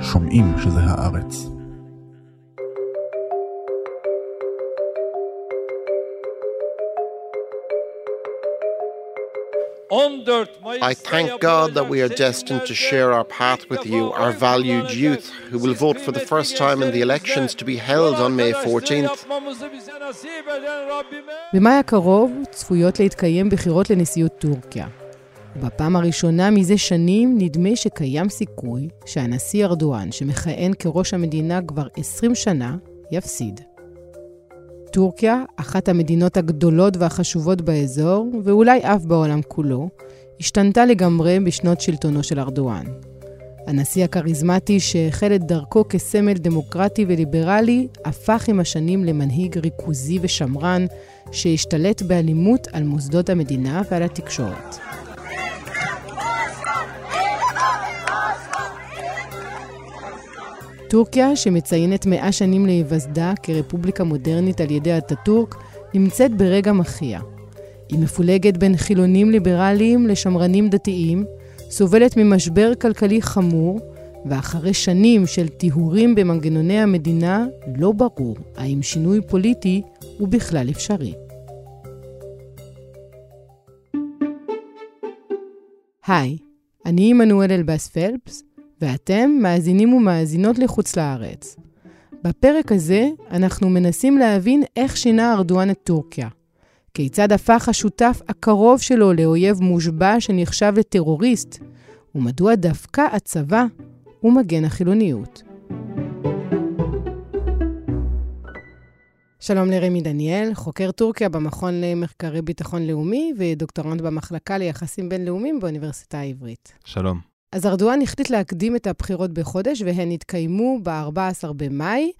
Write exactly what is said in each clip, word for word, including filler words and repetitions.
שומעים שזה הארץ. I thank God that we are destined to share our path with you, our valued youth, who will vote for the first time in the elections to be held on May fourteenth. במאי הקרוב צפויות להתקיים בחירות לנשיאות טורקיה. בפעם הראשונה מזה שנים נדמה שקיים סיכוי שהנשיא ארדואן, שמכהן כראש המדינה כבר עשרים שנה, יפסיד. טורקיה, אחת המדינות הגדולות והחשובות באזור, ואולי אף בעולם כולו, השתנתה לגמרי בשנות שלטונו של ארדואן. הנשיא הכריזמטי שהחל את דרכו כסמל דמוקרטי וליברלי, הפך עם השנים למנהיג ריכוזי ושמרן, שהשתלט באלימות על מוסדות המדינה ועל התקשורת. טורקיה, שמציינת מאה שנים להיווסדה כרפובליקה מודרנית על ידי אטאטורק, נמצאת ברגע מכריע. היא מפולגת בין חילונים ליברליים לשמרנים דתיים, סובלת ממשבר כלכלי חמור, ואחרי שנים של טיהורים במנגנוני המדינה, לא ברור האם שינוי פוליטי הוא בכלל אפשרי. היי, אני עמנואל אלבאס פלפס, ואתם מאזינים ומאזינות לחוץ לארץ. בפרק הזה אנחנו מנסים להבין איך שינה ארדואן את טורקיה. כיצד הפך השותף הקרוב שלו לאויב מושבע שנחשב לטרוריסט, ומדוע דווקא הצבא הוא מגן החילוניות. שלום לרמי דניאל, חוקר טורקיה במכון למחקרי ביטחון לאומי ודוקטורנט במחלקה ליחסים בינלאומיים באוניברסיטה העברית. שלום. אז ארדואן החליט להקדים את הבחירות בחודש, והן התקיימו ב-ארבעה עשר במאי.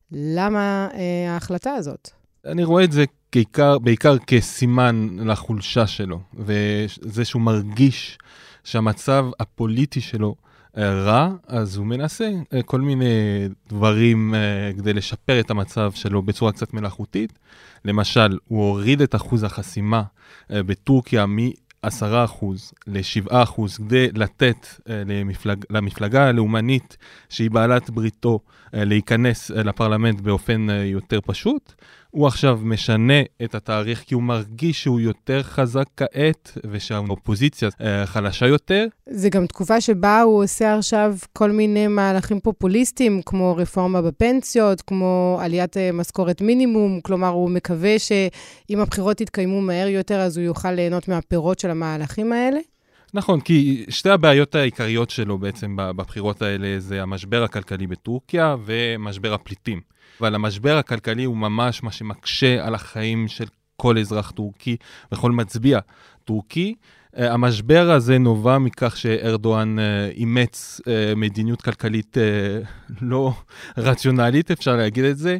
למה אה, ההחלטה הזאת? אני רואה את זה בעיקר, בעיקר כסימן לחולשה שלו, וזה שהוא מרגיש שהמצב הפוליטי שלו רע, אז הוא מנסה כל מיני דברים כדי לשפר את המצב שלו בצורה קצת מלאכותית. למשל, הוא הוריד את אחוז החסימה בטורקיה מ... עשרה אחוז לשבעה אחוז כדי לתת למפלג, למפלגה הלאומנית שהיא בעלת בריתו להיכנס לפרלמנט באופן יותר פשוט. הוא עכשיו משנה את התאריך כי הוא מרגיש שהוא יותר חזק כעת ושהאופוזיציה חלשה יותר. זה גם תקופה שבה הוא עושה עכשיו כל מיני מהלכים פופוליסטיים כמו רפורמה בפנסיות, כמו עליית משכורת מינימום, כלומר הוא מקווה שאם הבחירות יתקיימו מהר יותר אז הוא יוכל ליהנות מהפירות של המהלכים האלה. נכון, כי שתי הבעיות העיקריות שלו בעצם בבחירות האלה זה המשבר הכלכלי בטורקיה ומשבר הפליטים. אבל המשבר הכלכלי הוא ממש מה שמקשה על החיים של כל אזרח טורקי וכל מצביע טורקי. המשבר הזה נובע מכך שארדואן אימץ מדיניות כלכלית לא רציונלית, אפשר להגיד את זה,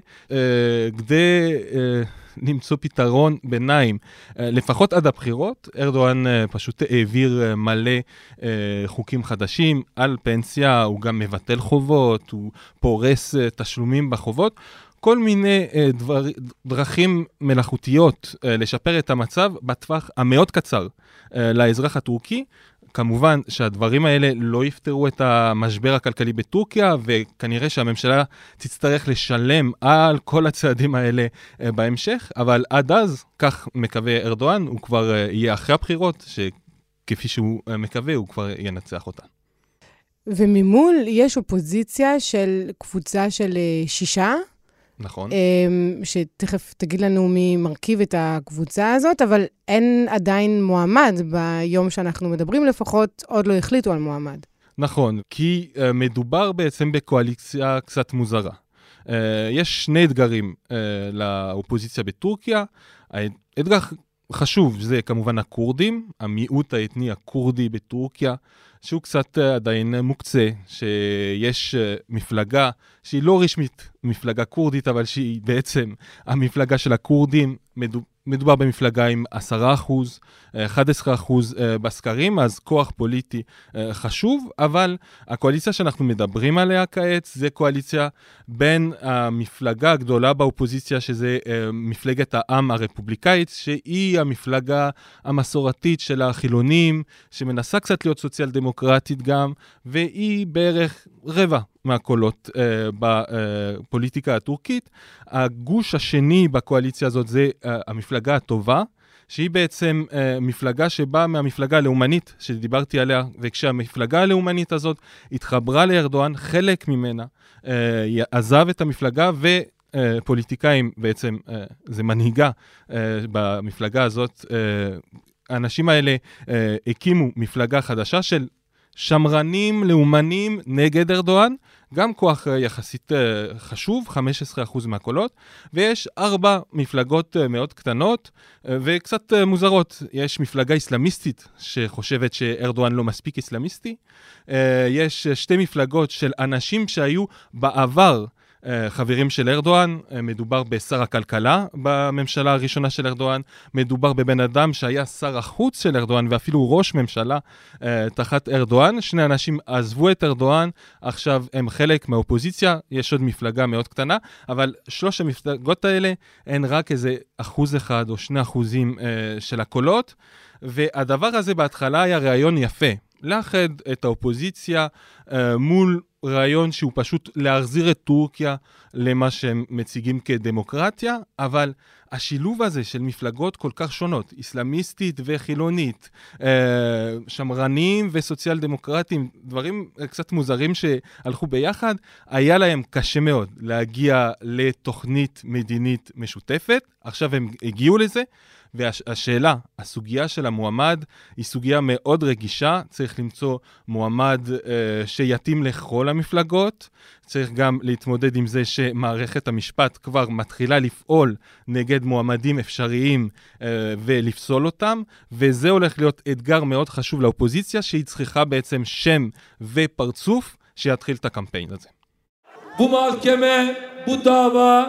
כדי למצוא פתרון ביניים. לפחות עד הבחירות, ארדואן פשוט העביר מלא חוקים חדשים על פנסיה, הוא גם מבטל חובות, הוא פורס תשלומים בחובות, כל מיני דבר, דרכים מלאכותיות לשפר את המצב בטווח המאוד קצר לאזרח הטורקי. כמובן שהדברים האלה לא יפתרו את המשבר הכלכלי בטורקיה, וכנראה שהממשלה תצטרך לשלם על כל הצעדים האלה בהמשך, אבל עד אז, כך מקווה ארדואן, הוא כבר יהיה אחרי הבחירות, שכפי שהוא מקווה, הוא כבר ינצח אותן. וממול יש אופוזיציה של קבוצה של שישה, נכון. שתכף תגיד לנו מי מרכיב את הקבוצה הזאת, אבל אין עדיין מועמד ביום שאנחנו מדברים, לפחות עוד לא החליטו על מועמד. נכון, כי uh, מדובר בעצם בקואליציה קצת מוזרה. Uh, יש שני אתגרים uh, לאופוזיציה בטורקיה. האתגר חשוב זה כמובן הקורדים, המיעוט האתני הקורדי בטורקיה, שהוא קצת עדיין מוקצה, שיש מפלגה שהיא לא רשמית מפלגה קורדית, אבל שהיא בעצם המפלגה של הקורדים, מדובר במפלגה עם עשרה אחוז, אחד עשר אחוז בסקרים, אז כוח פוליטי חשוב, אבל הקואליציה שאנחנו מדברים עליה כעת, זה קואליציה בין המפלגה הגדולה באופוזיציה, שזה מפלגת העם הרפובליקאית, שהיא המפלגה המסורתית של החילונים, שמנסה קצת להיות סוציאל דמוקרטית גם, והיא בערך רבע מהקולות uh, בפוליטיקה הטורקית. הגוש השני בקואליציה הזאת זה uh, המפלגה הטובה, שהיא בעצם uh, מפלגה שבאה מהמפלגה הלאומנית שדיברתי עליה, וכשהמפלגה הלאומנית הזאת התחברה לארדואן, חלק ממנה uh, עזב את המפלגה, ופוליטיקאים uh, בעצם, uh, זה מנהיגה uh, במפלגה הזאת, uh, האנשים האלה uh, הקימו מפלגה חדשה של שמרנים לאומנים נגד ארדואן, גם כוח יחסית חשוב, חמישה עשר אחוז מהקולות, ויש ארבע מפלגות מאוד קטנות וקצת מוזרות. יש מפלגה איסלאמיסטית שחושבת שארדואן לא מספיק איסלאמיסטי, יש שתי מפלגות של אנשים שהיו בעבר חברים של ארדואן, מדובר בשר הכלכלה בממשלה הראשונה של ארדואן, מדובר בבן אדם שהיה שר החוץ של ארדואן ואפילו ראש ממשלה תחת ארדואן. שני אנשים עזבו את ארדואן, עכשיו הם חלק מהאופוזיציה, יש עוד מפלגה מאוד קטנה, אבל שלוש המפלגות האלה הן רק איזה אחוז אחד או שני אחוזים של הקולות, והדבר הזה בהתחלה היה רעיון יפה, לאחד את האופוזיציה מול רעיון שהוא פשוט להחזיר את טורקיה למה שהם מציגים כדמוקרטיה, אבל השילוב הזה של מפלגות כל כך שונות, איסלאמיסטית וחילונית, שמרנים וסוציאל דמוקרטים, דברים קצת מוזרים שהלכו ביחד, היה להם קשה מאוד להגיע לתוכנית מדינית משותפת. עכשיו הם הגיעו לזה, והשאלה, הסוגיה של המועמד היא סוגיה מאוד רגישה, צריך למצוא מועמד אה, שיתאים לכל המפלגות, צריך גם להתמודד עם זה שמערכת המשפט כבר מתחילה לפעול נגד מועמדים אפשריים אה, ולפסול אותם, וזה הולך להיות אתגר מאוד חשוב לאופוזיציה, שהיא צריכה בעצם שם ופרצוף שיתחיל את הקמפיין הזה. Bu mahkeme, bu dava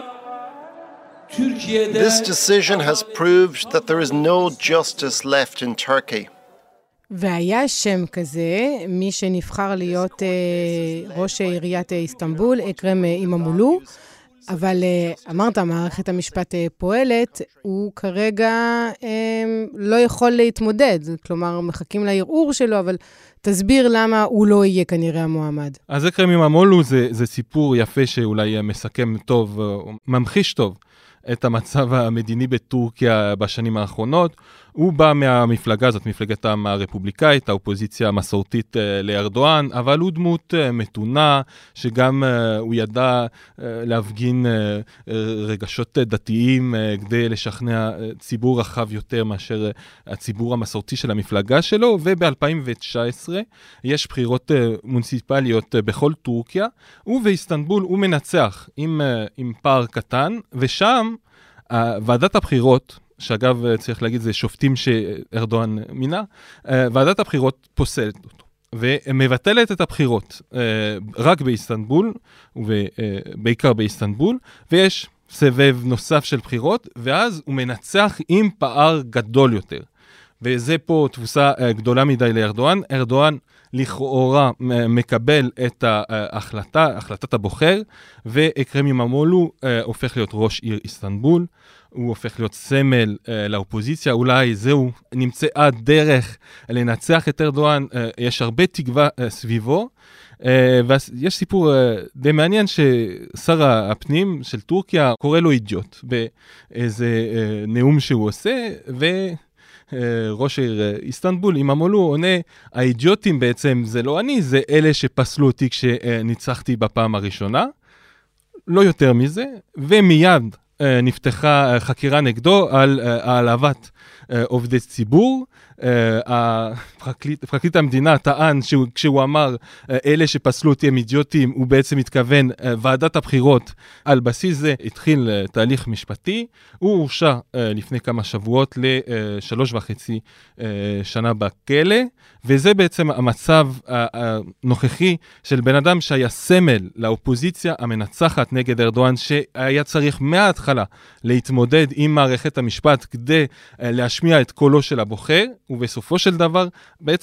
This decision has proved that there is no justice left in Turkey. והיה שם כזה, מי שנבחר להיות uh, ראש עיריית איסטנבול, אכרם אימאמוגלו, אבל uh, אמרת, מערכת המשפט uh, פועלת, הוא כרגע um, לא יכול להתמודד, כלומר מחכים לערעור שלו, אבל תסביר למה הוא לא יהיה כנראה המועמד. אז אכרם אימאמוגלו זה, זה סיפור יפה שאולי מסכם טוב, ממחיש טוב את המצב המדיני בטורקיה בשנים האחרונות. הוא בא מהמפלגה הזאת, מפלגת העם הרפובליקאית, האופוזיציה המסורתית לארדואן, אבל הוא דמות מתונה, שגם הוא ידע להפגין רגשות דתיים כדי לשכנע ציבור רחב יותר מאשר הציבור המסורתי של המפלגה שלו, וב-אלפיים תשע עשרה יש בחירות מוניציפליות בכל טורקיה, ובאיסטנבול הוא מנצח עם, עם פער קטן, ושם ועדת הבחירות, שאגב צריך להגיד זה שופטים שארדואן מינה, ועדת הבחירות פוסלת אותו, ומבטלת את הבחירות רק באיסטנבול, ובעיקר באיסטנבול, ויש סבב נוסף של בחירות, ואז הוא מנצח עם פער גדול יותר. וזה פה תבוסה גדולה מדי לארדואן. ארדואן לכאורה מקבל את ההחלטה, החלטת הבוחר, ואכרם אימאמוגלו הופך להיות ראש עיר איסטנבול, הוא הופך להיות סמל לאופוזיציה, אולי זהו, נמצאה דרך לנצח את ארדואן, יש הרבה תקווה סביבו, ויש סיפור די מעניין ששר הפנים של טורקיה קורא לו אידיוט, באיזה נאום שהוא עושה, ו... ראש העיר איסטנבול, אימאמוגלו, עונה, האידיוטים בעצם זה לא אני, זה אלה שפסלו אותי כשניצחתי בפעם הראשונה, לא יותר מזה, ומיד נפתחה חקירה נגדו על העלבת עובדי ציבור. פרקליט המדינה טען כשהוא אמר אלה שפסלו אותי הם אידיוטים, הוא בעצם מתכוון ועדת הבחירות. על בסיס זה התחיל תהליך משפטי, הוא הורשע לפני כמה שבועות לשלוש וחצי שנה בכלא, וזה בעצם המצב הנוכחי של בן אדם שהיה סמל לאופוזיציה המנצחת נגד ארדואן, שהיה צריך מההתחלה להתמודד עם מערכת המשפט כדי להשמיע את קולו של הבוחר, ובסופו של דבר בעצם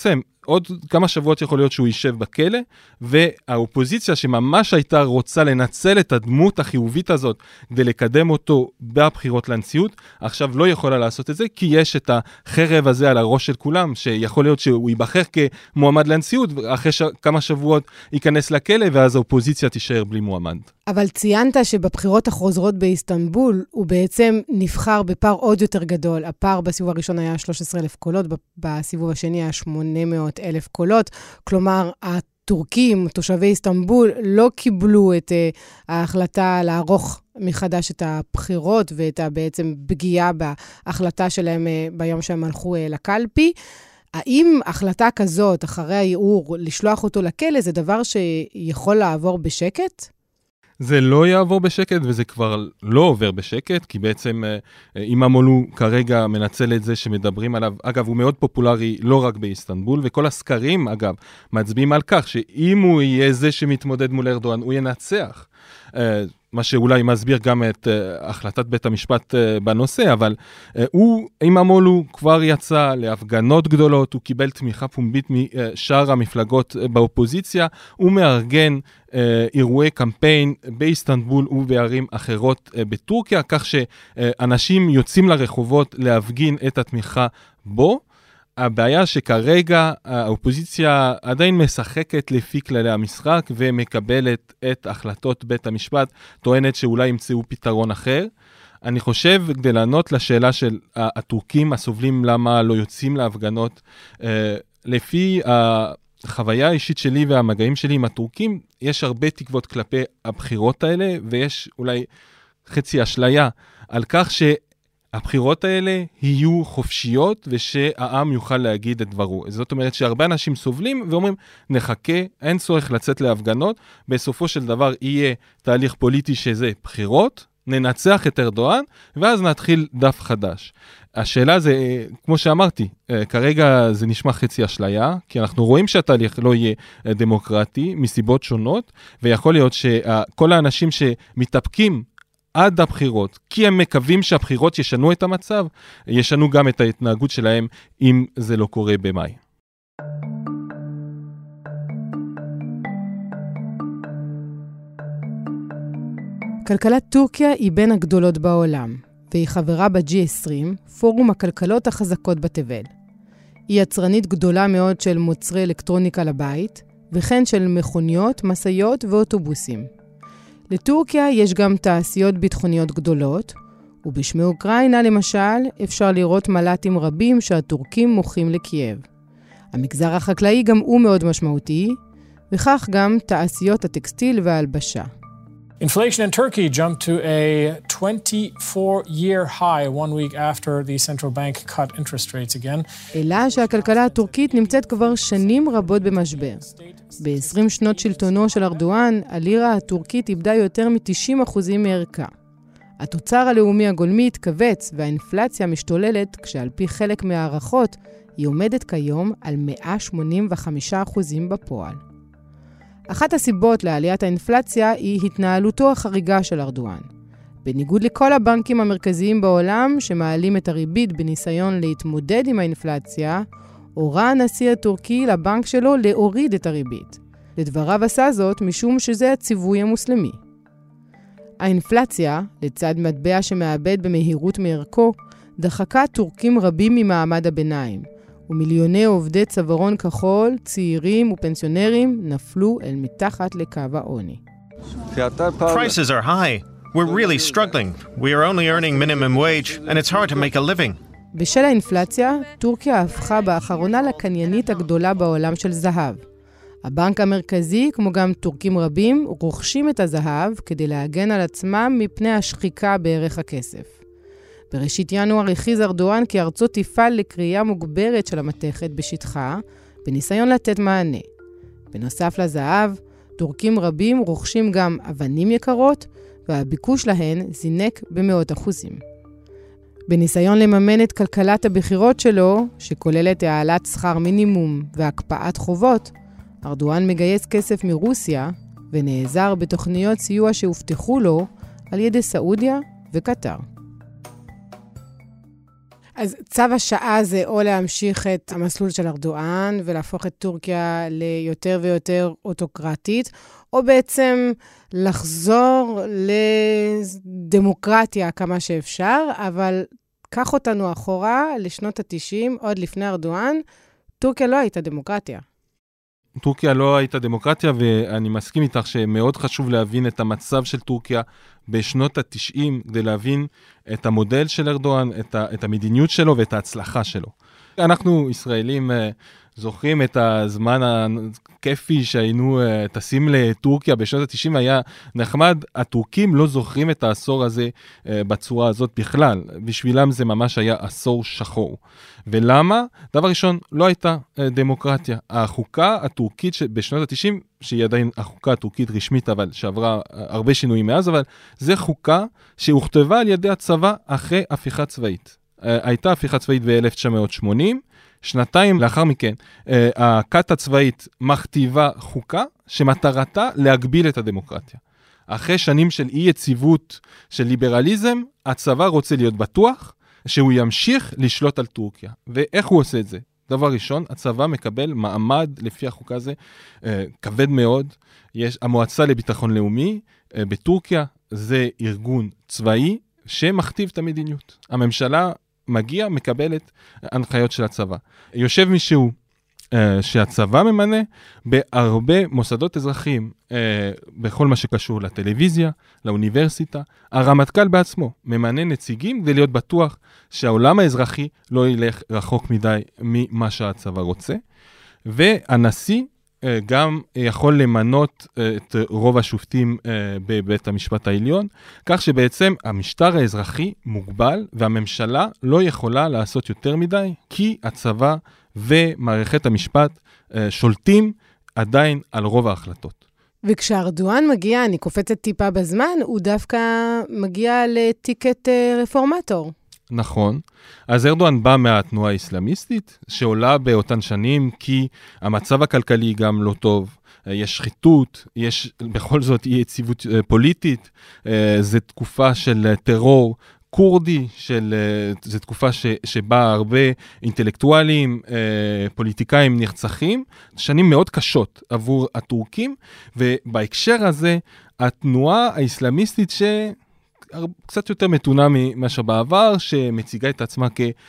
עוד כמה שבועות יכול להיות שהוא יישב בכלא, והאופוזיציה שממש הייתה רוצה לנצל את הדמות החיובית הזאת, כדי לקדם אותו בבחירות לנשיאות, עכשיו לא יכולה לעשות את זה, כי יש את החרב הזה על הראש של כולם, שיכול להיות שהוא ייבחר כמועמד לנשיאות, ואחרי ש... כמה שבועות ייכנס לכלא, ואז האופוזיציה תישאר בלי מועמד. אבל ציינת שבבחירות החוזרות באיסטנבול, הוא בעצם נבחר בפער עוד יותר גדול. הפער בסיבוב הראשון היה שלושה עשר אלף קולות, בסיבוב השני היה שמונה מאות אלף קולות. כלומר, הטורקים, תושבי איסטנבול, לא קיבלו את uh, ההחלטה לערוך מחדש את הבחירות, ואת בעצם פגיעה בהחלטה שלהם uh, ביום שהם הלכו uh, לקלפי. האם החלטה כזאת, אחרי הערעור, לשלוח אותו לכלא, זה דבר שיכול לעבור בשקט? זה לא יעבור בשקט, וזה כבר לא עובר בשקט, כי בעצם אימאמולו כרגע מנצל את זה שמדברים עליו. אגב, הוא מאוד פופולרי לא רק באיסטנבול, וכל הסקרים, אגב, מצביעים על כך שאם הוא יהיה זה שמתמודד מול ארדואן, הוא ינצח. מה שאולי מסביר גם את uh, החלטת בית המשפט uh, בנושא, אבל uh, הוא, אימאמולו, כבר יצא להפגנות גדולות, הוא קיבל תמיכה פומבית משאר המפלגות uh, באופוזיציה, הוא מארגן uh, אירועי קמפיין באיסטנבול ובערים אחרות uh, בטורקיה, כך שאנשים יוצאים לרחובות להפגין את התמיכה בו. הבעיה שכרגע האופוזיציה עדיין משחקת לפי כללי המשחק ומקבלת את החלטות בית המשפט, טוענת שאולי ימצאו פתרון אחר. אני חושב, כדי לענות לשאלה של הטורקים הסובלים למה לא יוצאים להפגנות, לפי החוויה האישית שלי והמגעים שלי עם הטורקים, יש הרבה תקוות כלפי הבחירות האלה, ויש אולי חצי אשליה על כך ש... הבחירות האלה יהיו חופשיות ושהעם יוכל להגיד את דברו. זאת אומרת שהרבה אנשים סובלים ואומרים, נחכה, אין צורך לצאת להפגנות, בסופו של דבר יהיה תהליך פוליטי שזה בחירות, ננצח את ארדואן, ואז נתחיל דף חדש. השאלה זה, כמו שאמרתי, כרגע זה נשמע חצי אשליה, כי אנחנו רואים שהתהליך לא יהיה דמוקרטי מסיבות שונות, ויכול להיות שכל האנשים שמתאפקים עד הבחירות, כי הם מקווים שהבחירות ישנו את המצב, ישנו גם את ההתנהגות שלהם, אם זה לא קורה במאי. כלכלת טורקיה היא בין הגדולות בעולם, והיא חברה ב-ג'י עשרים, פורום הכלכלות החזקות בתבל. היא יצרנית גדולה מאוד של מוצרי אלקטרוניקה לבית, וכן של מכוניות, מסעיות ואוטובוסים. לטורקיה יש גם תעשיות ביטחוניות גדולות, ובשמי אוקראינה למשל אפשר לראות מל"טים רבים שהטורקים מוכרים לקייב. המגזר החקלאי גם הוא מאוד משמעותי, וכך גם תעשיות הטקסטיל וההלבשה. Inflation in Turkey jumped to a twenty-four year high one week after the central bank cut interest rates again. אלא שהכלכלה הטורקית נמצאת כבר שנים רבות במשבר. ב-עשרים שנות שלטונו של ארדואן, הלירה הטורקית איבדה יותר מ-תשעים אחוז מערכה. התוצר הלאומי הגולמי התכווץ והאינפלציה משתוללת, כשעל פי חלק מהערכות היא עומדת כיום על מאה שמונים וחמישה אחוז בפועל. אחת הסיבות לעליית האינפלציה היא התנהלותו החריגה של ארדואן. בניגוד לכל הבנקים המרכזיים בעולם שמעלים את הריבית בניסיון להתמודד עם האינפלציה, הורה הנשיא הטורקי לבנק שלו להוריד את הריבית. לדבריו עשה זאת משום שזה הציווי המוסלמי. האינפלציה, לצד מטבע שמאבד במהירות מערכו, דחקה טורקים רבים ממעמד הביניים, ומיליוני עובדי צווארון כחול, צעירים ופנסיונרים נפלו אל מתחת לקו העוני. Prices are high. We're really struggling. We are only earning minimum wage and it's hard to make a living. בשל האינפלציה, טורקיה הפכה באחרונה לקניינית הגדולה בעולם של זהב. הבנק המרכזי, כמו גם טורקים רבים, רוכשים את הזהב כדי להגן על עצמם מפני השחיקה בערך הכסף. בראשית ינואר הכריז ארדואן כי ארצו תפעל לקריאה מוגברת של המתכת בשטחה, בניסיון לתת מענה. בנוסף לזהב, טורקים רבים רוכשים גם אבנים יקרות, והביקוש להן זינק במאות אחוזים. בניסיון לממן את כלכלת הבחירות שלו, שכוללת העלאת שכר מינימום והקפאת חובות, ארדואן מגייס כסף מרוסיה, ונעזר בתוכניות סיוע שהובטחו לו על ידי סעודיה וקטר. אז צו השעה זה או להמשיך את המסלול של ארדואן ולהפוך את טורקיה ליותר ויותר אוטוקרטית, או בעצם לחזור לדמוקרטיה כמה שאפשר, אבל קח אותנו אחורה לשנות ה-תשעים, עוד לפני ארדואן, טורקיה לא הייתה דמוקרטיה. טורקיה לא הייתה דמוקרטיה, ואני מסכים איתך שמאוד חשוב להבין את המצב של טורקיה בשנות ה-תשעים, כדי להבין את המודל של ארדואן, את, ה- את המדיניות שלו ואת ההצלחה שלו. אנחנו ישראלים זוכרים את הזמן הכיפי שהיינו טסים לטורקיה בשנות ה-תשעים, היה נחמד. הטורקים לא זוכרים את העשור הזה בצורה הזאת בכלל. בשבילם זה ממש היה עשור שחור. ולמה? דבר ראשון, לא הייתה דמוקרטיה. החוקה הטורקית בשנות ה-תשעים, שהיא עדיין החוקה הטורקית רשמית, אבל שעברה הרבה שינויים מאז, אבל זה חוקה שהוכתבה על ידי הצבא אחרי הפיכה צבאית. הייתה הפיכה צבאית ב-אלף תשע מאות שמונים, שנתיים לאחר מכן, הכת הצבאית מכתיבה חוקה שמטרתה להגביל את הדמוקרטיה. אחרי שנים של אי יציבות של ליברליזם, הצבא רוצה להיות בטוח שהוא ימשיך לשלוט על טורקיה. ואיך הוא עושה את זה? דבר ראשון, הצבא מקבל מעמד לפי החוקה הזה כבד מאוד. יש המועצה לביטחון לאומי בטורקיה, זה ארגון צבאי שמכתיב את המדיניות. הממשלה מגיע, מקבלת הנחיות של הצבא. יושב מישהו uh, שהצבא ממנה בהרבה מוסדות אזרחיים, uh, בכל מה שקשור לטלוויזיה, לאוניברסיטה. הרמטכ"ל בעצמו ממנה נציגים כדי להיות בטוח שהעולם האזרחי לא ילך רחוק מדי ממה שהצבא רוצה. והנשיא גם יכול למנות את רוב השופטים בבית המשפט העליון, כך שבעצם המשטר האזרחי מוגבל, והממשלה לא יכולה לעשות יותר מדי, כי הצבא ומערכת המשפט שולטים עדיין על רוב ההחלטות. וכשארדואן מגיע, אני קופצת טיפה בזמן, הוא דווקא מגיע לטיקט רפורמטור. נכון. אז ארדואן בא מהתנועה האסלאמיסטית, שעולה באותן שנים, כי המצב הכלכלי גם לא טוב, יש שחיתות, יש בכל זאת אי יציבות פוליטית, זו תקופה של טרור קורדי, של, זו תקופה ש, שבה הרבה אינטלקטואלים, פוליטיקאים נרצחים, שנים מאוד קשות עבור הטורקים, ובהקשר הזה, התנועה האסלאמיסטית ש... קצת יותר מתונה ממה שבעבר, שמציגה את עצמה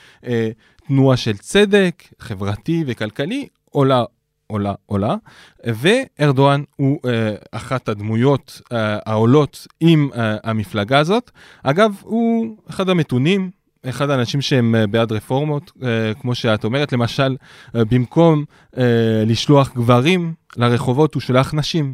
כתנועה של צדק, חברתי וכלכלי, עולה, עולה, עולה. וארדואן הוא אחת הדמויות העולות עם המפלגה הזאת. אגב, הוא אחד המתונים, אחד האנשים שהם בעד רפורמות, כמו שאת אומרת, למשל, במקום לשלוח גברים לרחובות, הוא שולח נשים.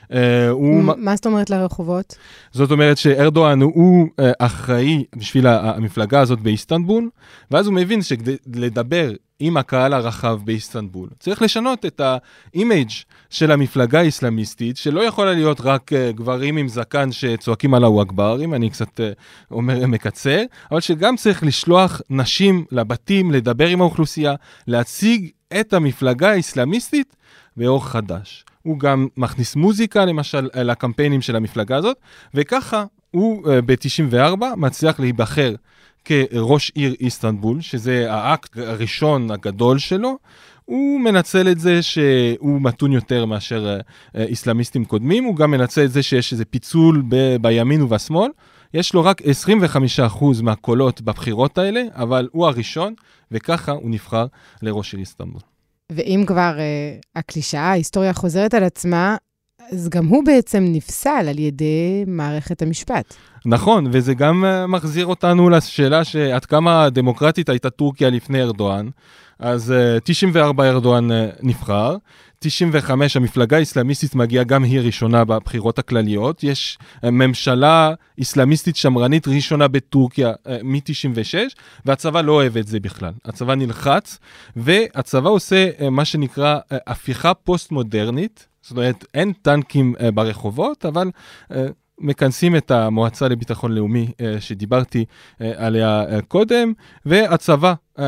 מה זאת אומרת לרחובות? זאת אומרת שארדואן הוא אחראי בשביל המפלגה הזאת באיסטנבול, ואז הוא מבין שכדי לדבר עם הקהל הרחב באיסטנבול, צריך לשנות את האימייג' של המפלגה האסלאמיסטית, שלא יכולה להיות רק גברים עם זקן שצועקים אללהו אכבר, אם אני קצת אומר מקצר, אבל שגם צריך לשלוח נשים לבתים, לדבר עם האוכלוסייה, להציג את המפלגה האסלאמיסטית באור חדש. הוא גם מכניס מוזיקה, למשל, לקמפיינים של המפלגה הזאת, וככה הוא ב-תשעים וארבע מצליח להיבחר כראש עיר איסטנבול, שזה האקט הראשון הגדול שלו. הוא מנצל את זה שהוא מתון יותר מאשר איסלאמיסטים קודמים, הוא גם מנצל את זה שיש איזה פיצול ב- בימין ובשמאל, יש לו רק עשרים וחמישה אחוז מהקולות בבחירות האלה, אבל הוא הראשון, וככה הוא נבחר לראש עיר איסטנבול. ואם כבר uh, הקלישאה, ההיסטוריה חוזרת על עצמה, אז גם הוא בעצם נפסל על ידי מערכת המשפט. נכון, וזה גם uh, מחזיר אותנו לשאלה שעד כמה דמוקרטית הייתה טורקיה לפני ארדואן. אז uh, תשעים וארבע ארדואן uh, נבחר, תשעים וחמש המפלגה האסלאמיסטית מגיעה גם היא ראשונה בבחירות הכלליות, יש uh, ממשלה אסלאמיסטית שמרנית ראשונה בטורקיה uh, מ-תשעים ושש, והצבא לא אוהב את זה בכלל. הצבא נלחץ, והצבא עושה uh, מה שנקרא uh, הפיכה פוסט-מודרנית, זאת אומרת, אין טנקים uh, ברחובות, אבל... Uh, מכנסים את המועצה לביטחון לאומי שדיברתי עליה קודם, והצבא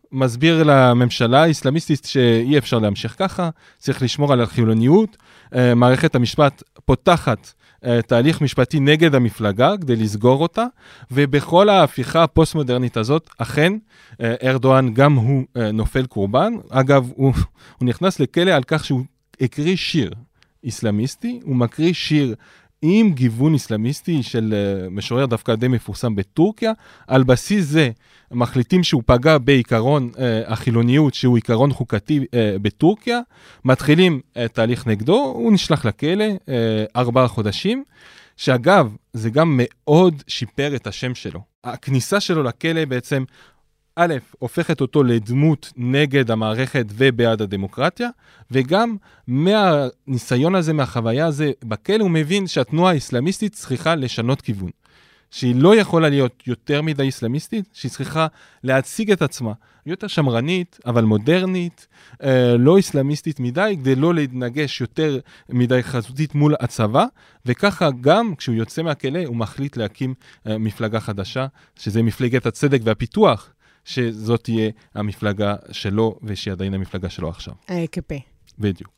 מסביר לממשלה האסלאמיסטית שאי אפשר להמשיך ככה, צריך לשמור על החילוניות, מערכת המשפט פותחת תהליך משפטי נגד המפלגה כדי לסגור אותה, ובכל ההפיכה הפוסט-מודרנית הזאת, אכן, ארדואן גם הוא נופל קורבן. אגב, הוא, הוא נכנס לכלא על כך שהוא הקריא שיר אסלאמיסטי, הוא מקריא שיר עם גיוון אסלאמיסטי של משורר דווקא די מפורסם בטורקיה. על בסיס זה מחליטים שהוא פגע בעיקרון החילוניות, שהוא עיקרון חוקתי בטורקיה, מתחילים תהליך נגדו, הוא נשלח לכלא ארבעה חודשים, שאגב, זה גם מאוד שיפר את השם שלו. הכניסה שלו לכלא בעצם, א', הופכת אותו לדמות נגד המערכת ובעד הדמוקרטיה, וגם מהניסיון הזה, מהחוויה הזה בכלא, הוא מבין שהתנועה האסלאמיסטית צריכה לשנות כיוון. שהיא לא יכולה להיות יותר מדי אסלאמיסטית, שהיא צריכה להציג את עצמה יותר שמרנית, אבל מודרנית, לא אסלאמיסטית מדי, כדי לא להתנגש יותר מדי חזותית מול הצבא, וככה גם כשהוא יוצא מהכלא, הוא מחליט להקים מפלגה חדשה, שזה מפלגת הצדק והפיתוח, שזאת תהיה המפלגה שלו, ושהיא עדיין המפלגה שלו עכשיו. ה-A K P. בדיוק.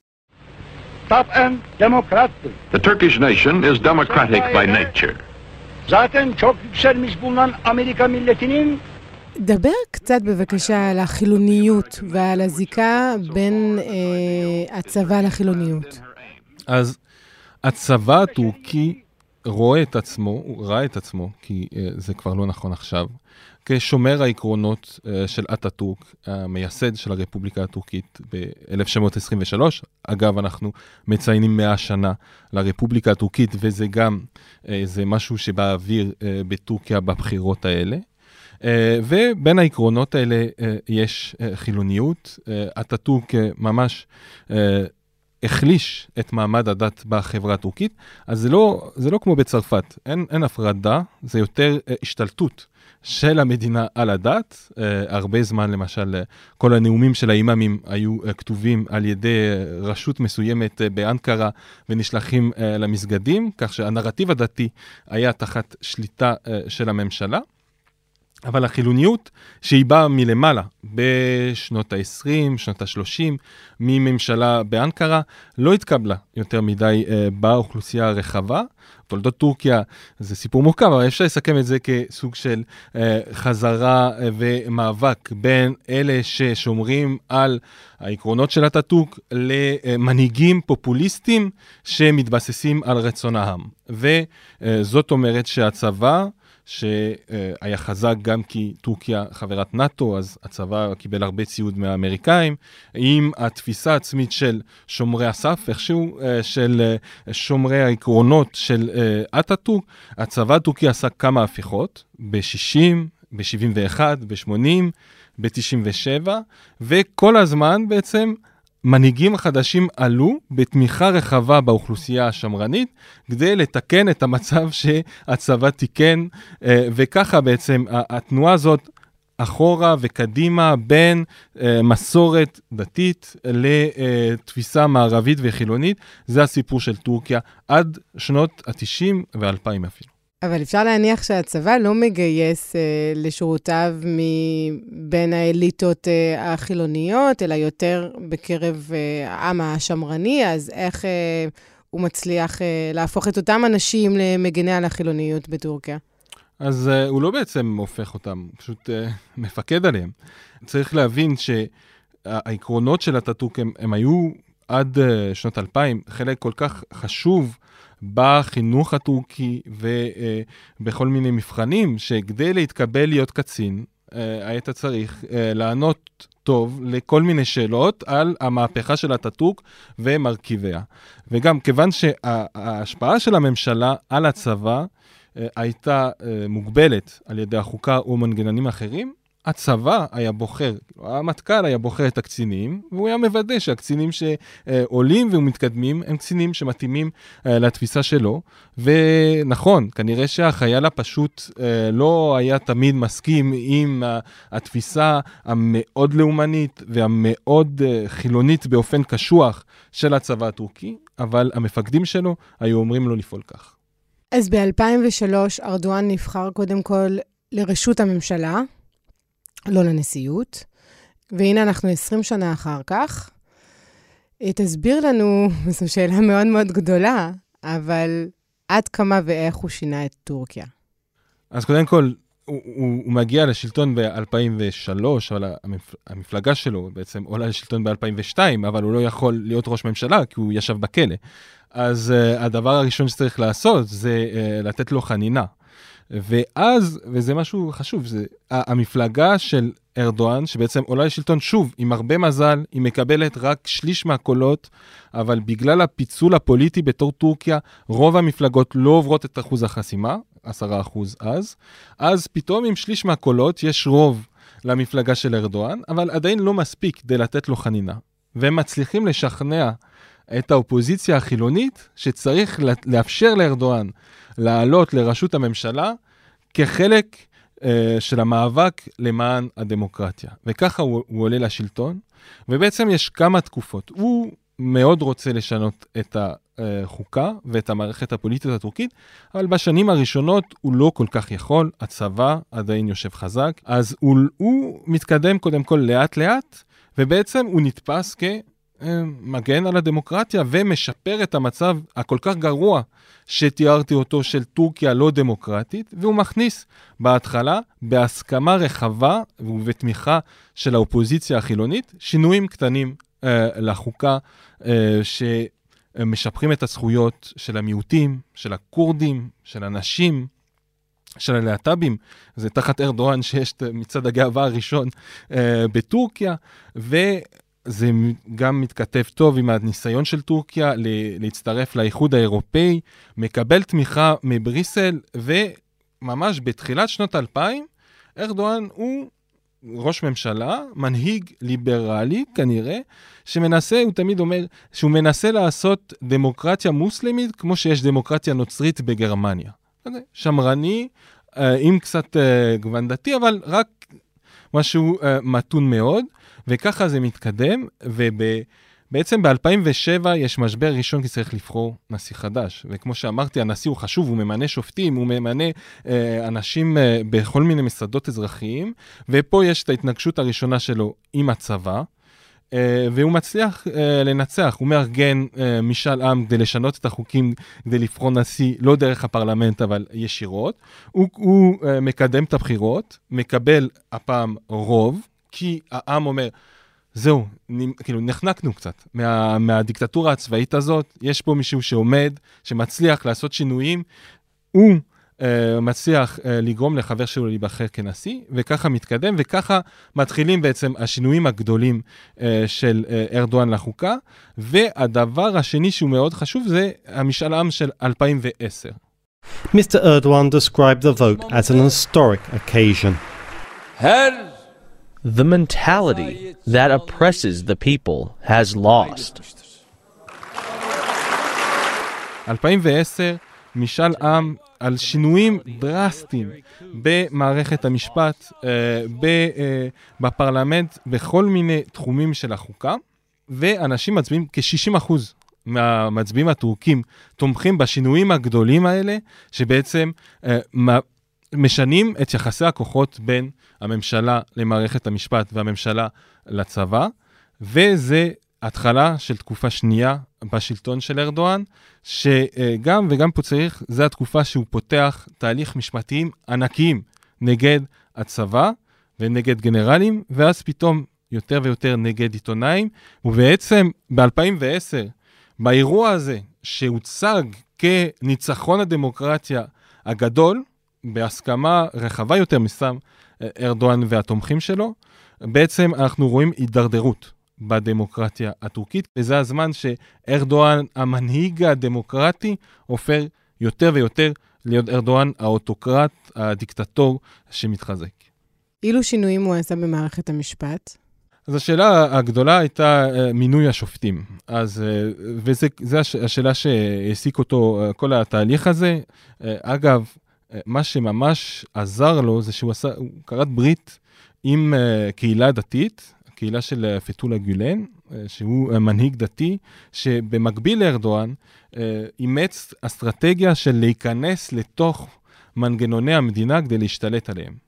The Turkish nation is democratic by nature. Zaten çok yükselmiş bulunan Amerika milletinin דבר קצת בבקשה על החילוניות ועל הזיקה בין אה, הצבא לחילוניות. אז הצבא הטורקי רואה את עצמו, הוא ראה את עצמו, כי אה, זה כבר לא נכון עכשיו, כשומר העקרונות אה, של אטאטורק, המייסד של הרפובליקה הטורקית ב-אלף תשע מאות עשרים ושלוש. אגב, אנחנו מציינים מאה שנה לרפובליקה הטורקית, וזה גם אה, זה משהו שבאוויר אה, בטורקיה בבחירות האלה. Uh, ובין העקרונות האלה uh, יש uh, חילוניות. uh, אטאטורק uh, ממש uh, החליש את מעמד הדת בחברה הטורקית, אז זה לא, זה לא כמו בצרפת, אין, אין הפרדה, זה יותר uh, השתלטות של המדינה על הדת. uh, הרבה זמן למשל uh, כל הנאומים של האימאמים היו uh, כתובים על ידי uh, רשות מסוימת uh, באנקרה ונשלחים uh, למסגדים, כך שהנרטיב הדתי היה תחת שליטה uh, של הממשלה. אבל החילוניות שהיא באה מלמעלה, בשנות ה-עשרים, שנות ה-שלושים, מממשלה באנקרה, לא התקבלה יותר מדי אה, באוכלוסייה הרחבה. תולדות טורקיה זה סיפור מורכב, אבל אפשר לסכם את זה כסוג של אה, חזרה אה, ומאבק בין אלה ששומרים על העקרונות של אטאטורק למנהיגים פופוליסטים שמתבססים על רצון העם. וזאת אומרת שהצבא, שהיה חזק גם כי טורקיה חברת נאטו, אז הצבא קיבל הרבה ציוד מהאמריקאים, עם התפיסה העצמית של שומרי הסף, איכשהו של שומרי העקרונות של אטאטורק. הצבא הטורקי עשה כמה הפיכות, ב-שישים, ב-שבעים ואחת, ב-שמונים, ב-תשעים ושבע, וכל הזמן בעצם מנהיגים חדשים עלו בתמיכה רחבה באוכלוסייה השמרנית, כדי לתקן את המצב שהצבא תיקן, וככה בעצם התנועה הזאת אחורה וקדימה בין מסורת דתית לתפיסה מערבית וחילונית. זה הסיפור של טורקיה עד שנות ה-תשעים ו-אלפיים אפילו. אבל אפשר להניח שהצבא לא מגייס אה, לשורותיו מבין האליטות אה, החילוניות, אלא יותר בקרב אה, העם השמרני, אז איך אה, הוא מצליח אה, להפוך את אותם אנשים למגני על החילוניות בטורקיה? אז אה, הוא לא בעצם הופך אותם, הוא פשוט אה, מפקד עליהם. צריך להבין שהעקרונות של אטאטורק הם, הם היו עד אה, שנות אלפיים, חלק כל כך חשוב בחינוך הטורקי ובכל מיני מבחנים, שכדי להתקבל להיות קצין, היית צריך לענות טוב לכל מיני שאלות על המהפכה של אטאטורק ומרכיביה. וגם כיוון שההשפעה של הממשלה על הצבא הייתה מוגבלת על ידי החוקה או מנגנונים אחרים, הצבא היה בוחר, המטכ"ל היה בוחר את הקצינים, והוא היה מוודא שהקצינים שעולים ומתקדמים הם קצינים שמתאימים לתפיסה שלו. ונכון, כנראה שהחייל הפשוט לא היה תמיד מסכים עם התפיסה המאוד לאומנית והמאוד חילונית באופן קשוח של הצבא הטורקי, אבל המפקדים שלו היו אומרים לו לפעול כך. אז ב-אלפיים ושלוש ארדואן נבחר קודם כל לראשות הממשלה, לא לנשיאות, והנה אנחנו עשרים שנה אחר כך. תסביר לנו, זו שאלה מאוד מאוד גדולה, אבל עד כמה ואיך הוא שינה את טורקיה? אז קודם כל, הוא, הוא, הוא מגיע לשלטון ב-אלפיים ושלוש, אבל המפ... המפלגה שלו בעצם עולה לשלטון ב-אלפיים ושתיים, אבל הוא לא יכול להיות ראש ממשלה, כי הוא ישב בכלא. אז uh, הדבר הראשון שצריך לעשות זה uh, לתת לו חנינה. ואז, וזה משהו חשוב, זה המפלגה של ארדואן, שבעצם עולה לשלטון שוב, עם הרבה מזל, היא מקבלת רק שליש מהקולות, אבל בגלל הפיצול הפוליטי בתור טורקיה, רוב המפלגות לא עוברות את אחוז החסימה, עשרה אחוז אז, אז פתאום עם שליש מהקולות יש רוב למפלגה של ארדואן, אבל עדיין לא מספיק כדי לתת לו חנינה. והם מצליחים לשכנע את האופוזיציה החילונית, שצריך לאפשר לארדואן לעלות לראשות הממשלה, כחלק uh, של המאבק למען הדמוקרטיה. וככה הוא, הוא עולה לשלטון, ובעצם יש כמה תקופות. הוא מאוד רוצה לשנות את החוקה ואת המערכת הפוליטית הטורקית, אבל בשנים הראשונות הוא לא כל כך יכול, הצבא עדיין יושב חזק, אז הוא, הוא מתקדם קודם כל לאט לאט, ובעצם הוא נתפס כמגן על הדמוקרטיה, ומשפר את המצב הכל כך גרוע שתיארתי אותו של טורקיה לא דמוקרטית, והוא מכניס בהתחלה, בהסכמה רחבה ובתמיכה של האופוזיציה החילונית, שינויים קטנים אה, לחוקה, אה, שמשפרים את הזכויות של המיעוטים, של הקורדים, של הנשים, של הלהט"בים. זה תחת ארדואן שיש מצד הגאווה הראשון אה, בטורקיה, ו... זה גם מתכתב טוב עם הניסיון של טורקיה להצטרף לאיחוד האירופאי, מקבל תמיכה מבריסל, וממש בתחילת שנות אלפיים, ארדואן הוא ראש ממשלה, מנהיג ליברלי כנראה, שמנסה, הוא תמיד אומר, שהוא מנסה לעשות דמוקרטיה מוסלמית, כמו שיש דמוקרטיה נוצרית בגרמניה. שמרני, עם קצת גוון דתי, אבל רק משהו מתון מאוד, וככה זה מתקדם, ובעצם ב-אלפיים ושבע יש משבר ראשון כי צריך לבחור נשיא חדש, וכמו שאמרתי, הנשיא הוא חשוב, הוא ממנה שופטים, הוא ממנה אה, אנשים אה, בכל מיני מסעדות אזרחיים, ופה יש את ההתנגשות הראשונה שלו עם הצבא, אה, והוא מצליח אה, לנצח, הוא מארגן אה, משאל עם כדי לשנות את החוקים, כדי לבחור נשיא, לא דרך הפרלמנט, אבל ישירות, הוא, הוא אה, מקדם את הבחירות, מקבל הפעם רוב, כי העם אומר, זהו, כאילו נחנקנו קצת מה, מהדיקטטורה הצבאית הזאת, יש פה מישהו שעומד, שמצליח לעשות שינויים, הוא אה, מצליח אה, לגרום לחבר שלו להיבחר כנשיא, וככה מתקדם, וככה מתחילים בעצם השינויים הגדולים אה, של אה, ארדואן לחוקה, והדבר השני שהוא מאוד חשוב זה המשאל עם של אלפיים ועשר. Mister Erdogan described the vote as an historic occasion. The mentality that oppresses the people has lost. אלפיים ועשר, משאל עם על שינויים דרסטיים במערכת המשפט, בפרלמנט, בכל מיני תחומים של החוקה, ואנשים מצביעים, כ-שישים אחוז מהמצביעים הטורקים תומכים בשינויים הגדולים האלה, שבעצם משנים את יחסי הכוחות בין הממשלה למערכת המשפט והממשלה לצבא, וזה התחלה של תקופה שנייה בשלטון של ארדואן, שגם וגם פה צריך, זה התקופה שהוא פותח תהליך משפטיים ענקיים נגד הצבא ונגד גנרלים, ואז פתאום יותר ויותר נגד עיתונאים, ובעצם ב-אלפיים ועשר, באירוע הזה שהוצג כניצחון הדמוקרטיה הגדול, בהסכמה רחבה יותר מסתם ארדואן והתומכים שלו, בעצם אנחנו רואים הידרדרות בדמוקרטיה הטורקית, וזה הזמן שארדואן המנהיג הדמוקרטי הופך יותר ויותר להיות ארדואן האוטוקרט, הדיקטטור שמתחזק. אילו שינויים הוא עשה במערכת המשפט? אז השאלה הגדולה הייתה מינוי השופטים. אז, וזה השאלה שהעסיק אותו כל התהליך הזה. אגב, מה שממש עזר לו זה שהוא עשה, הוא קראת ברית עם uh, קהילה דתית, קהילה של פתולה גולן, uh, שהוא uh, מנהיג דתי, שבמקביל לארדואן, uh, אימץ אסטרטגיה של להיכנס לתוך מנגנוני המדינה כדי להשתלט עליהם.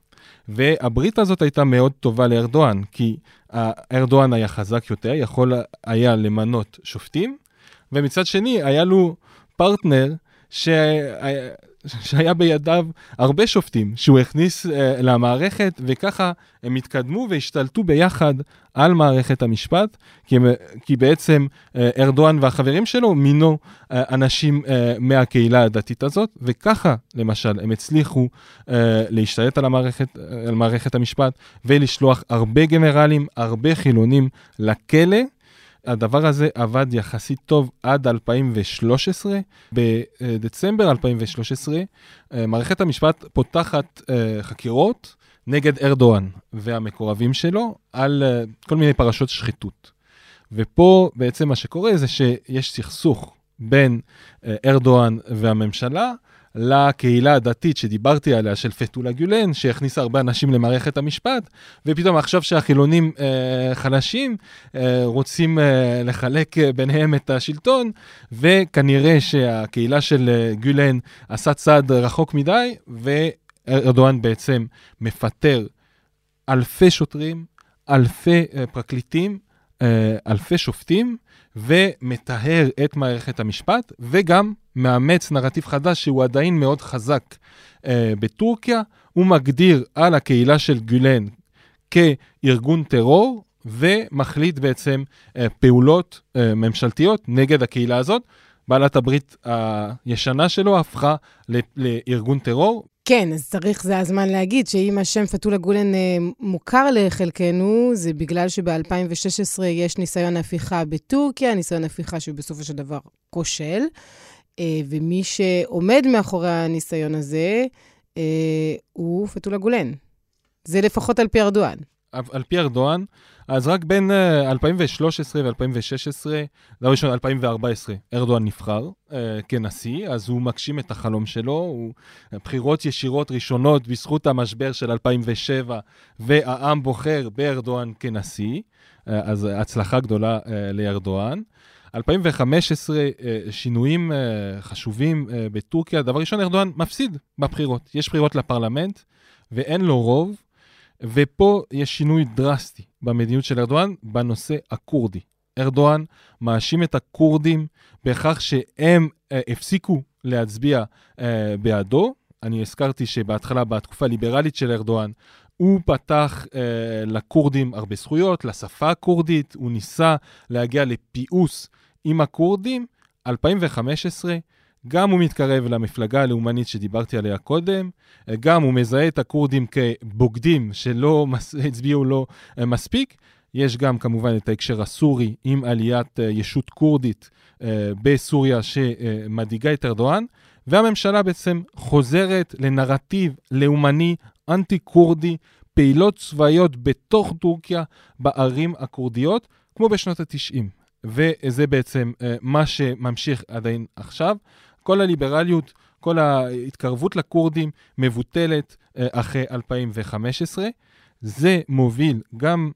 והברית הזאת הייתה מאוד טובה לארדואן, כי ארדואן היה חזק יותר, יכול היה למנות שופטים, ומצד שני היה לו פרטנר שהיה, שהיה בידיו הרבה שופטים, שהוא הכניס uh, למערכת, וככה הם התקדמו והשתלטו ביחד על מערכת המשפט, כי, כי בעצם uh, ארדואן והחברים שלו מינו uh, אנשים uh, מהקהילה הדתית הזאת, וככה למשל הם הצליחו uh, להשתלט על המערכת, uh, על מערכת המשפט, ולשלוח הרבה גנרלים, הרבה חילונים לכלא. הדבר הזה עבד יחסית טוב עד אלפיים ושלוש עשרה. בדצמבר אלפיים ושלוש עשרה, מערכת המשפט פותחת חקירות נגד ארדואן והמקורבים שלו על כל מיני פרשות שחיתות. ופה בעצם מה שקורה זה שיש סכסוך בין ארדואן והממשלה, לקהילה הדתית שדיברתי עליה, של פתולה גולן, שהכניסה הרבה אנשים למערכת המשפט, ופתאום עכשיו שהחילונים אה, חלשים, אה, רוצים אה, לחלק ביניהם את השלטון, וכנראה שהקהילה של אה, גולן עשה צעד רחוק מדי, וארדואן בעצם מפטר אלפי שוטרים, אלפי אה, פרקליטים, אה, אלפי שופטים, ומטהר את מערכת המשפט, וגם מאמץ נרטיב חדש שהוא עדיין מאוד חזק אה, בטורקיה. הוא מגדיר על הקהילה של גולן כארגון טרור, ומחליט בעצם אה, פעולות אה, ממשלתיות נגד הקהילה הזאת. בעלת הברית הישנה שלו הפכה לארגון טרור. כן, אז צריך, זה הזמן להגיד שאם השם פתולה גולן מוכר לחלקנו, זה בגלל שב-אלפיים ושש עשרה יש ניסיון הפיכה בטורקיה, ניסיון הפיכה שהוא בסופו של דבר כושל, ומי שעומד מאחורי הניסיון הזה הוא פתולה גולן. זה לפחות על פי ארדואן. על פי ארדואן, אז רק בין אלפיים ושלוש עשרה ו-אלפיים ושש עשרה, דבר ראשון, אלפיים וארבע עשרה, ארדואן נבחר uh, כנשיא, אז הוא מגשים את החלום שלו, הוא בחירות ישירות ראשונות בזכות המשבר של אלפיים ושבע, והעם בוחר בארדואן כנשיא, uh, אז הצלחה גדולה uh, לארדואן. אלפיים וחמש עשרה, uh, שינויים uh, חשובים uh, בטורקיה, דבר ראשון, ארדואן מפסיד בבחירות, יש בחירות לפרלמנט, ואין לו רוב, ופה יש שינוי דרסטי במדיניות של ארדואן בנושא הקורדי. ארדואן מאשים את הקורדים בכך שהם אה, הפסיקו להצביע אה, בעדו. אני הזכרתי שבהתחלה, בתקופה הליברלית של ארדואן, הוא פתח אה, לקורדים הרבה זכויות, לשפה הקורדית, הוא ניסה להגיע לפיוס עם הקורדים. אלפיים וחמש עשרה, גם הוא מתקרב למפלגה הלאומנית שדיברתי עליה קודם, גם הוא מזהה את הקורדים כבוגדים שלא הצביעו לו מספיק. יש גם כמובן את ההקשר הסורי עם עליית ישות קורדית בסוריה שמדאיגה את ארדואן, והממשלה בעצם חוזרת לנרטיב לאומני אנטי-קורדי, פעילות צבאיות בתוך טורקיה בערים הקורדיות, כמו בשנות ה-תשעים. וזה בעצם מה שממשיך עדיין עכשיו. כל הליברליות, כל ההתקרבות לקורדים מבוטלת אחרי אלפיים וחמש עשרה. זה מוביל גם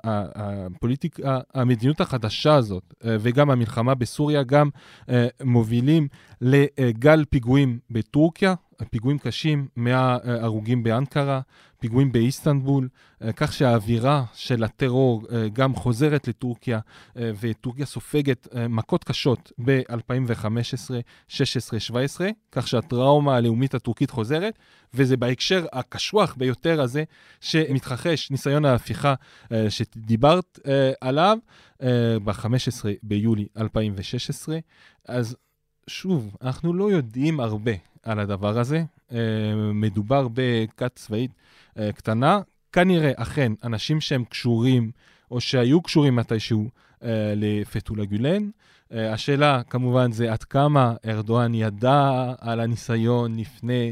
הפוליטיקה, המדיניות החדשה הזאת, וגם המלחמה בסוריה, גם מובילים לגל פיגועים בטורקיה, פיגועים קשים, מההרוגים באנקרה, פיגועים באיסטנבול, כך שהאווירה של הטרור גם חוזרת לטורקיה, וטורקיה סופגת מכות קשות ב-אלפיים וחמש עשרה, שש עשרה, שבע עשרה, כך שהטראומה הלאומית הטורקית חוזרת, וזה בהקשר הקשוח ביותר הזה, שמתרחש ניסיון ההפיכה שדיברת עליו, ב-חמישה עשר ביולי אלפיים ושש עשרה. אז שוב, אנחנו לא יודעים הרבה על הדבר הזה, מדובר בכת צבאית קטנה, כנראה אכן אנשים שהם קשורים, או שהיו קשורים מתישהו לפתולה גולן. השאלה כמובן זה עד כמה ארדואן ידע על הניסיון לפני,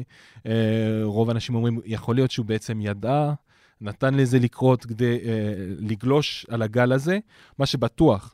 רוב האנשים אומרים, יכול להיות שהוא בעצם ידע, נתן לזה לקרות כדי לגלוש על הגל הזה. מה שבטוח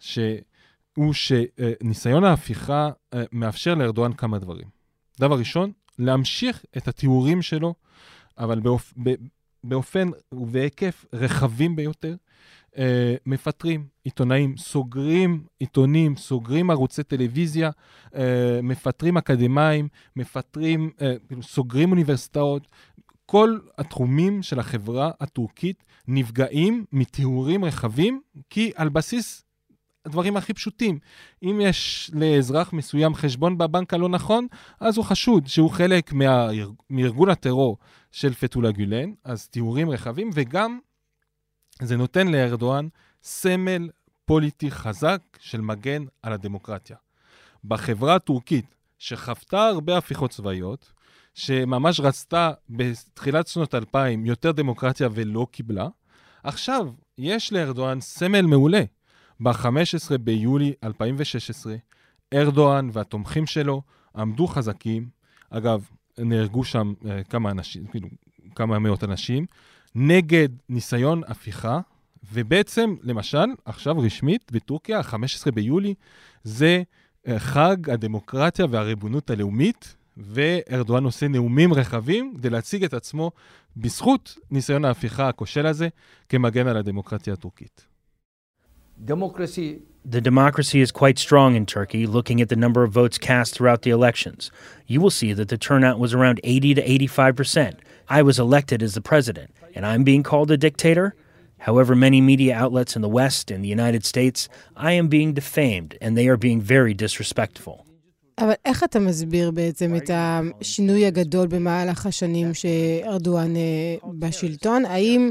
שהוא שניסיון ההפיכה מאפשר לארדואן כמה דברים. דבר ראשון, להמשיך את התיאורים שלו, אבל באופ... באופן ובהיקף רחבים ביותר, אה, מפטרים עיתונאים, סוגרים עיתונים, סוגרים ערוצי טלוויזיה, אה, מפטרים אקדמיים, מפטרים, אה, סוגרים אוניברסיטאות, כל התחומים של החברה הטורקית נפגעים מטיהורים רחבים, כי על בסיס הדברים הכי פשוטים. אם יש לאזרח מסוים חשבון בבנק הלא נכון, אז הוא חשוד שהוא חלק מה, מארגון הטרור של פתולה גולן, אז טיהורים רחבים, וגם זה נותן לארדואן סמל פוליטי חזק של מגן על הדמוקרטיה. בחברה הטורקית, שחוותה הרבה הפיכות צבאיות, שממש רצתה בתחילת שנות אלפיים יותר דמוקרטיה ולא קיבלה, עכשיו יש לארדואן סמל מעולה. ב-חמישה עשר ביולי אלפיים ושש עשרה, ארדואן והתומכים שלו עמדו חזקים, אגב, נהרגו שם uh, כמה אנשים, כאילו, כמה מאות אנשים, נגד ניסיון הפיכה, ובעצם, למשל, עכשיו רשמית בטורקיה, ה-חמישה עשר ביולי, זה uh, חג הדמוקרטיה והריבונות הלאומית, וארדואן עושה נאומים רחבים כדי להציג את עצמו בזכות ניסיון ההפיכה הכושל הזה, כמגן על הדמוקרטיה הטורקית. Democracy. The democracy is quite strong in Turkey, looking at the number of votes cast throughout the elections. You will see that the turnout was around eighty to eighty-five percent. I was elected as the president, and I'm being called a dictator? However, many media outlets in the West and the United States, I am being defamed, and they are being very disrespectful. אבל איך אתה מסביר בעצם את השינוי הגדול במהלך השנים שארדואן בשלטון? האם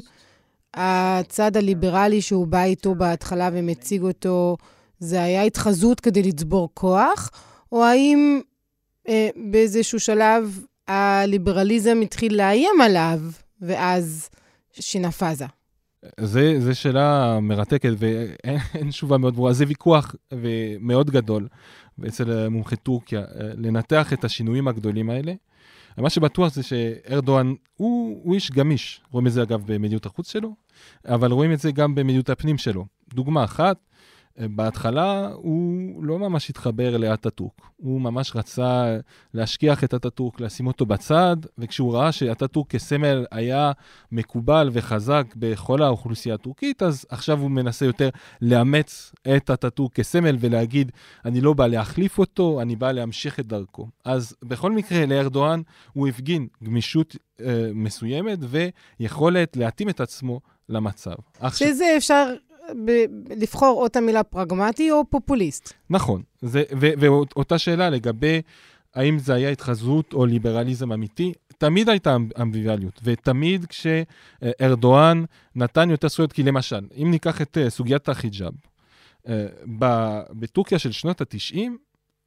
הצד הליברלי שהוא בא איתו בהתחלה ומציג אותו, זה היה התחזות כדי לצבור כוח? או האם אה, באיזשהו שלב הליברליזם התחיל לאיים עליו, ואז שינה פאזה? זה, זה שאלה מרתקת, ואין תשובה מאוד ברורה. זה ויכוח מאוד גדול, אצל מומחי טורקיה, לנתח את השינויים הגדולים האלה. מה שבטוח זה שארדואן הוא, הוא איש גמיש. רואים את זה אגב במדיניות החוץ שלו, אבל רואים את זה גם במדיניות הפנים שלו. דוגמה אחת, בהתחלה הוא לא ממש התחבר לאטאטורק. הוא ממש רצה להשכיח את אטאטורק, לשים אותו בצד, וכשהוא ראה שאטאטורק כסמל היה מקובל וחזק בכל האוכלוסייה הטורקית, אז עכשיו הוא מנסה יותר לאמץ את אטאטורק כסמל ולהגיד, אני לא בא להחליף אותו, אני בא להמשיך את דרכו. אז בכל מקרה, לארדואן הוא הפגין גמישות אה, מסוימת ויכולת להתאים את עצמו למצב. שזה אפשר ב- לבחור אותה מילה פרגמטי או פופוליסט. נכון, זה, ו- ואותה שאלה לגבי האם זה היה התחזות או ליברליזם אמיתי, תמיד הייתה אמביווליות, ותמיד כשארדואן נתן יותר זכויות, כי למשל, אם ניקח את סוגיית החיג'אב, בטורקיה של שנות ה-תשעים,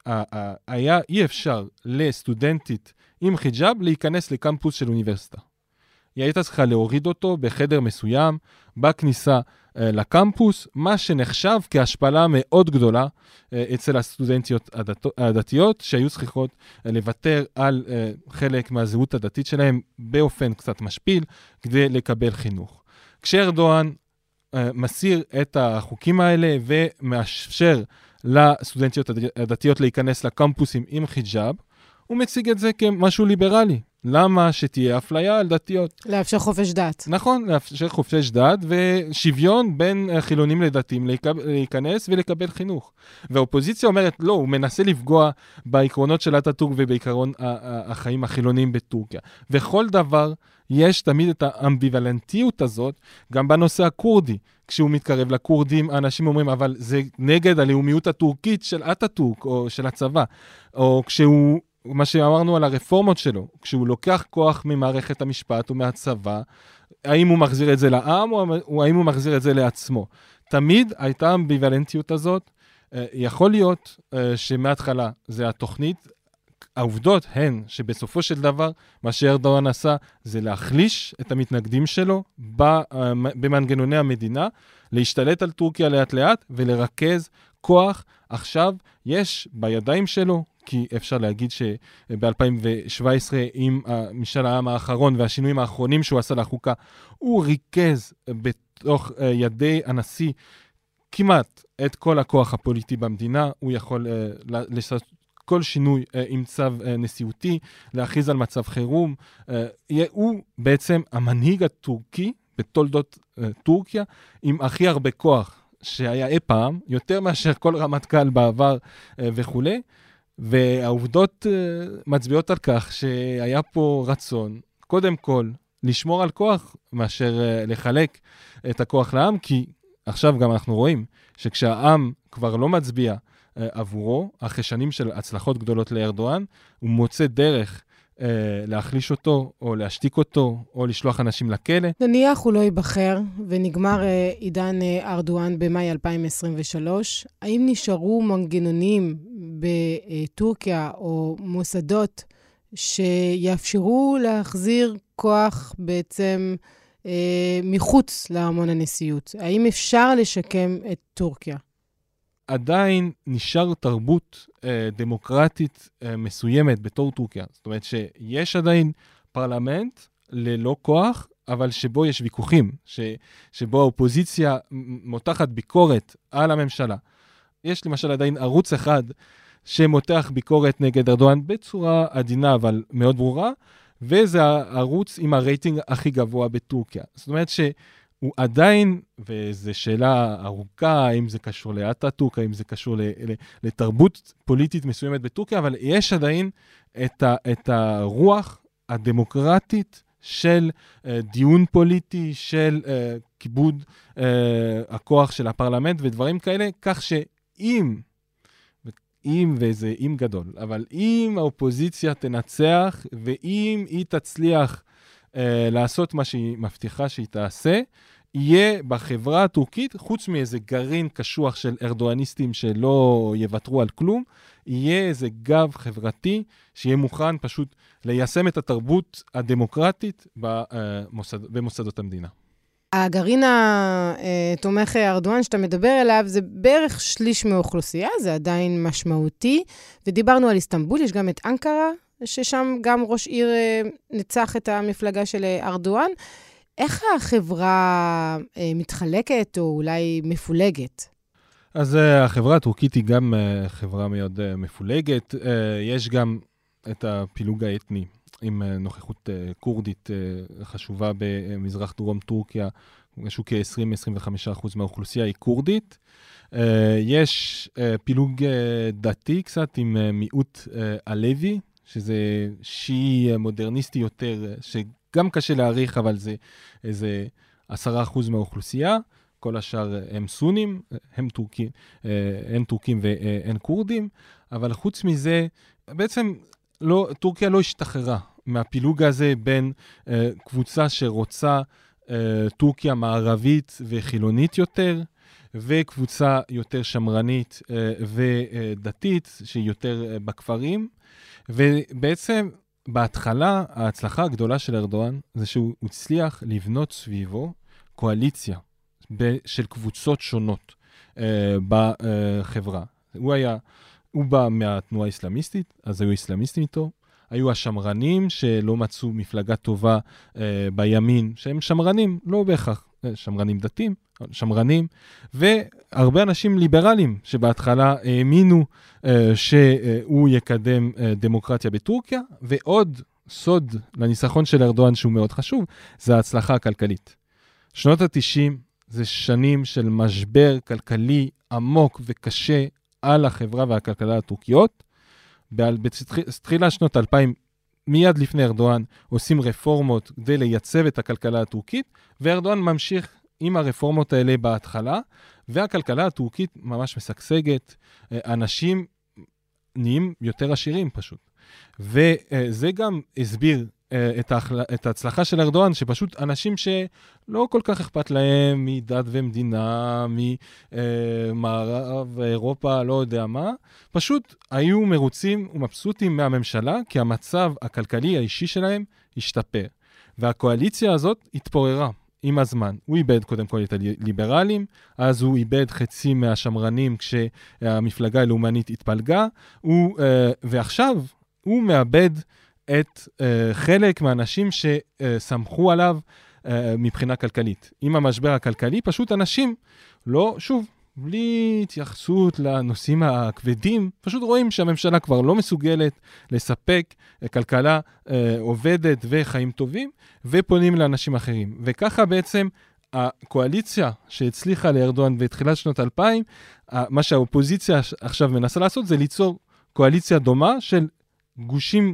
היה אי אפשר לסטודנטית עם חיג'אב להיכנס לקמפוס של אוניברסיטה. היא הייתה צריכה להוריד אותו בחדר מסוים, בכניסה לקמפוס, מה שנחשב כהשפלה מאוד גדולה אצל הסטודנטיות הדתיות, שהיו צריכות לוותר על חלק מהזהות הדתית שלהם באופן קצת משפיל, כדי לקבל חינוך. כשארדואן מסיר את החוקים האלה ומאפשר לסטודנטיות הדתיות להיכנס לקמפוסים עם חיג'אב, הוא מציג את זה כמשהו ליברלי. למה שתהיה אפליה על דתיות? לאפשר חופש דת. נכון, לאפשר חופש דת ושוויון בין חילונים לדתיים להיכנס ולקבל חינוך. והאופוזיציה אומרת, לא, הוא מנסה לפגוע בעקרונות של אטאטורק ובעקרון החיים החילוניים בטורקיה. וכל דבר יש תמיד את האמביוולנטיות הזאת, גם בנושא הקורדי. כשהוא מתקרב לקורדים, האנשים אומרים, אבל זה נגד הלאומיות הטורקית של אטאטורק או של הצבא. או כשהוא מה שאמרנו על הרפורמות שלו, כשהוא לוקח כוח ממערכת המשפט ומהצבא, האם הוא מחזיר את זה לעם, או האם הוא מחזיר את זה לעצמו. תמיד הייתה האמביוולנטיות הזאת, יכול להיות שמההתחלה זה התוכנית, העובדות הן שבסופו של דבר, מה שארדואן עשה, זה להחליש את המתנגדים שלו במנגנוני המדינה, להשתלט על טורקיה לאט לאט, ולרכז כוח. עכשיו יש בידיים שלו, כי אפשר להגיד שב-אלפיים שבע עשרה, עם משאל העם האחרון והשינויים האחרונים שהוא עשה לחוקה, הוא ריכז בתוך ידי הנשיא כמעט את כל הכוח הפוליטי במדינה, הוא יכול לעשות כל שינוי עם צו נשיאותי, להכריז על מצב חירום. הוא בעצם המנהיג הטורקי בתולדות טורקיה, עם הכי הרבה כוח שהיה אי פעם, יותר מאשר כל רמטכ"ל בעבר וכו'. והעובדות מצביעות על כך שהיה פה רצון קודם כל, לשמור על כוח, מאשר לחלק את הכוח לעם, כי עכשיו גם אנחנו רואים שכשהעם כבר לא מצביע עבורו, אחרי שנים של הצלחות גדולות לארדואן, הוא מוצא דרך להחליש אותו, או להשתיק אותו, או לשלוח אנשים לכלא. נניח הוא לא ייבחר, ונגמר עידן ארדואן במאי אלפיים עשרים ושלוש. האם נשארו מנגנונים בטורקיה, או מוסדות, שיאפשרו להחזיר כוח בעצם אה, מחוץ להמון הנשיאות? האם אפשר לשקם את טורקיה? עדיין נשאר תרבות אה, דמוקרטית אה, מסוימת בתור טורקיה. זאת אומרת שיש עדיין פרלמנט ללא כוח, אבל שבו יש ויכוחים, ש, שבו האופוזיציה מותחת ביקורת על הממשלה. יש למשל עדיין ערוץ אחד שמותח ביקורת נגד ארדואן בצורה עדינה, אבל מאוד ברורה, וזה הערוץ עם הרייטינג הכי גבוה בטורקיה. זאת אומרת שהוא עדיין, וזו שאלה ארוכה, האם זה קשור לאטאטורק, האם זה קשור לתרבות פוליטית מסוימת בטורקיה, אבל יש עדיין את, ה, את הרוח הדמוקרטית של uh, דיון פוליטי, של uh, כיבוד uh, הכוח של הפרלמנט ודברים כאלה, כך שאם, אם וזה אם גדול, אבל אם האופוזיציה תנצח, ואם היא תצליח uh, לעשות מה שהיא מבטיחה שהיא תעשה, יהיה בחברה הטורקית, חוץ מאיזה גרעין קשוח של ארדואניסטים שלא יוותרו על כלום, יהיה איזה גב חברתי שיהיה מוכן פשוט ליישם את התרבות הדמוקרטית במוסד, במוסדות המדינה. הגרעין התומך ארדואן שאתה מדבר עליו זה בערך שליש מאוכלוסייה, זה עדיין משמעותי, ודיברנו על איסטנבול, יש גם את אנקרה, ששם גם ראש עיר ניצח את המפלגה של ארדואן. איך החברה מתחלקת או אולי מפולגת? אז החברה הטורקית היא גם חברה מאוד מפולגת. יש גם את הפילוג האתני עם נוכחות קורדית חשובה במזרח דרום טורקיה, משהו כ-עשרים עד עשרים וחמישה אחוז מהאוכלוסייה היא קורדית. יש פילוג דתי קצת עם מיעוט הלוי, שזה שיעי מודרניסטי יותר, שגם קשה להעריך, אבל זה איזה עשרה אחוז מהאוכלוסייה. כל השאר הם סונים, הם טורקים, הם טורקים ואין קורדים, אבל חוץ מזה, בעצם לא, טורקיה לא השתחררה מהפילוג הזה בין uh, קבוצה שרוצה uh, טורקיה מערבית וחילונית יותר, וקבוצה יותר שמרנית uh, ודתית, שהיא יותר uh, בכפרים, ובעצם בהתחלה ההצלחה הגדולה של ארדואן זה שהוא הצליח לבנות סביבו קואליציה של קבוצות שונות uh, בחברה. הוא היה, הוא בא מהתנועה האסלאמיסטית, אז היו אסלאמיסטים איתו, היו השמרנים שלא מצאו מפלגה טובה uh, בימין, שהם שמרנים, לא בהכרח, שמרנים דתיים, שמרנים, והרבה אנשים ליברליים שבהתחלה האמינו uh, שהוא יקדם uh, דמוקרטיה בטורקיה, ועוד סוד לניסחון של ארדואן שהוא מאוד חשוב, זה ההצלחה הכלכלית. שנות ה-תשעים זה שנים של משבר כלכלי עמוק וקשה על החברה והכלכלה הטורקיות. בתחילה שנות אלפיים, מיד לפני ארדואן, עושים רפורמות כדי לייצב את הכלכלה הטורקית, וארדואן ממשיך עם הרפורמות האלה בהתחלה, והכלכלה הטורקית ממש משגשגת, אנשים נהיים יותר עשירים פשוט. וזה גם הסביר את, ההחל... את ההצלחה של ארדואן, שפשוט אנשים שלא כל כך אכפת להם מדת ומדינה, ממערב אירופה, לא יודע מה, פשוט היו מרוצים ומבסוטים מהממשלה, כי המצב הכלכלי האישי שלהם השתפר. והקואליציה הזאת התפוררה עם הזמן. הוא איבד קודם כל את הליברלים, אז הוא איבד חצי מהשמרנים כשהמפלגה הלאומנית התפלגה, הוא, ועכשיו הוא מאבד את uh, חלק מהאנשים שסמכו עליו uh, מבחינה כלכלית. עם המשבר הכלכלי, פשוט אנשים לא, שוב, בלי התייחסות לנושאים הכבדים, פשוט רואים שהממשלה כבר לא מסוגלת לספק uh, כלכלה uh, עובדת וחיים טובים, ופונים לאנשים אחרים. וככה בעצם הקואליציה שהצליחה לארדואן בתחילת שנות אלפיים, uh, מה שהאופוזיציה עכשיו מנסה לעשות זה ליצור קואליציה דומה של גושים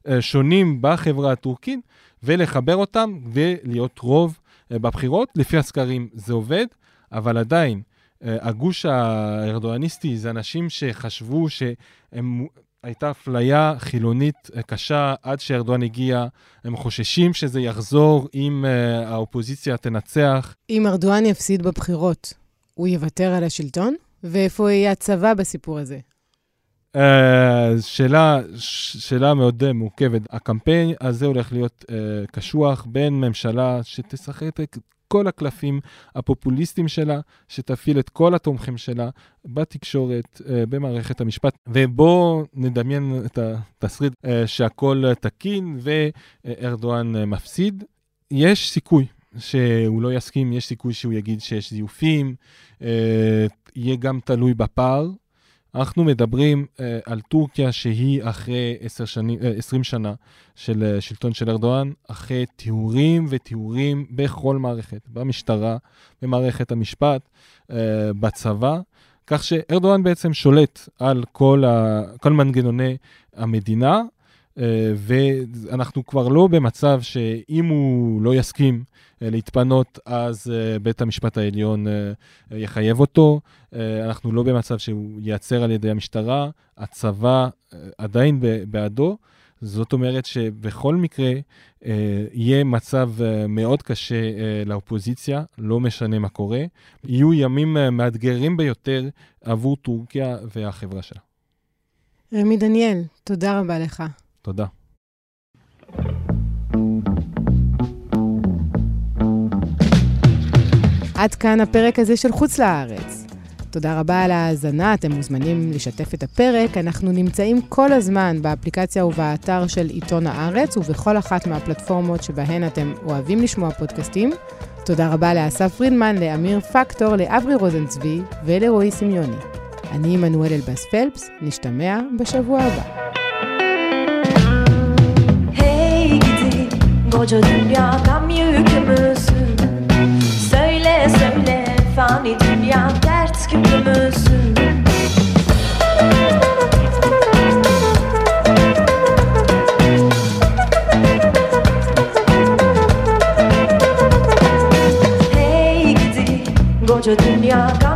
שונים בחברה הטורקית, ולחבר אותם ולהיות רוב בבחירות. לפי הסקרים זה עובד, אבל עדיין, הגוש הארדואניסטי זה אנשים שחשבו שהייתה אפליה חילונית קשה עד שארדואן הגיע, הם חוששים שזה יחזור אם האופוזיציה תנצח. אם ארדואן יפסיד בבחירות, הוא יוותר על השלטון? ואיפה יהיה הצבא בסיפור הזה? Uh, שאלה, שאלה מאוד מורכבת. הקמפיין הזה הולך להיות uh, קשוח בין ממשלה שתשחק את כל הקלפים הפופוליסטיים שלה, שתפעיל את כל התומכים שלה בתקשורת, uh, במערכת המשפט, ובוא נדמיין את התסריט uh, שהכל תקין וארדואן uh, מפסיד. יש סיכוי שהוא לא יסכים, יש סיכוי שהוא יגיד שיש זיופים, uh, יהיה גם תלוי בפער. אנחנו מדברים uh, על טורקיה שהיא אחרי עשר שנים, uh, עשרים שנה של uh, שלטון של ארדואן, אחרי תיאורים ותיאורים בכל מערכת, במשטרה, במערכת המשפט, uh, בצבא, כך שארדואן בעצם שולט על כל, ה, כל מנגנוני המדינה, uh, ואנחנו כבר לא במצב שאם הוא לא יסכים uh, להתפנות, אז uh, בית המשפט העליון uh, יחייב אותו, אנחנו לא במצב שהוא ייצר על ידי המשטרה, הצבא עדיין בעדו, זאת אומרת שבכל מקרה יהיה מצב מאוד קשה לאופוזיציה, לא משנה מה קורה, יהיו ימים מאתגרים ביותר עבור טורקיה והחברה שלה. רמי דניאל, תודה רבה לך. תודה. עד כאן הפרק הזה של חוץ לארץ. תודה רבה על ההאזנה, אתם מוזמנים לשתף את הפרק. אנחנו נמצאים כל הזמן באפליקציה ובאתר של עיתון הארץ, ובכל אחת מהפלטפורמות שבהן אתם אוהבים לשמוע פודקאסטים. תודה רבה לאסף פרידמן, לאמיר פקטור, לאברי רוזנצבי ולרועי סמיוני. אני מנואל אלבאס פלפס, נשתמע בשבוע הבא. Hey gidi, koca dünyadan yükü müsün? Söyle söyle, fani dünya dert küpü müsün? Hey gidi, koca dünya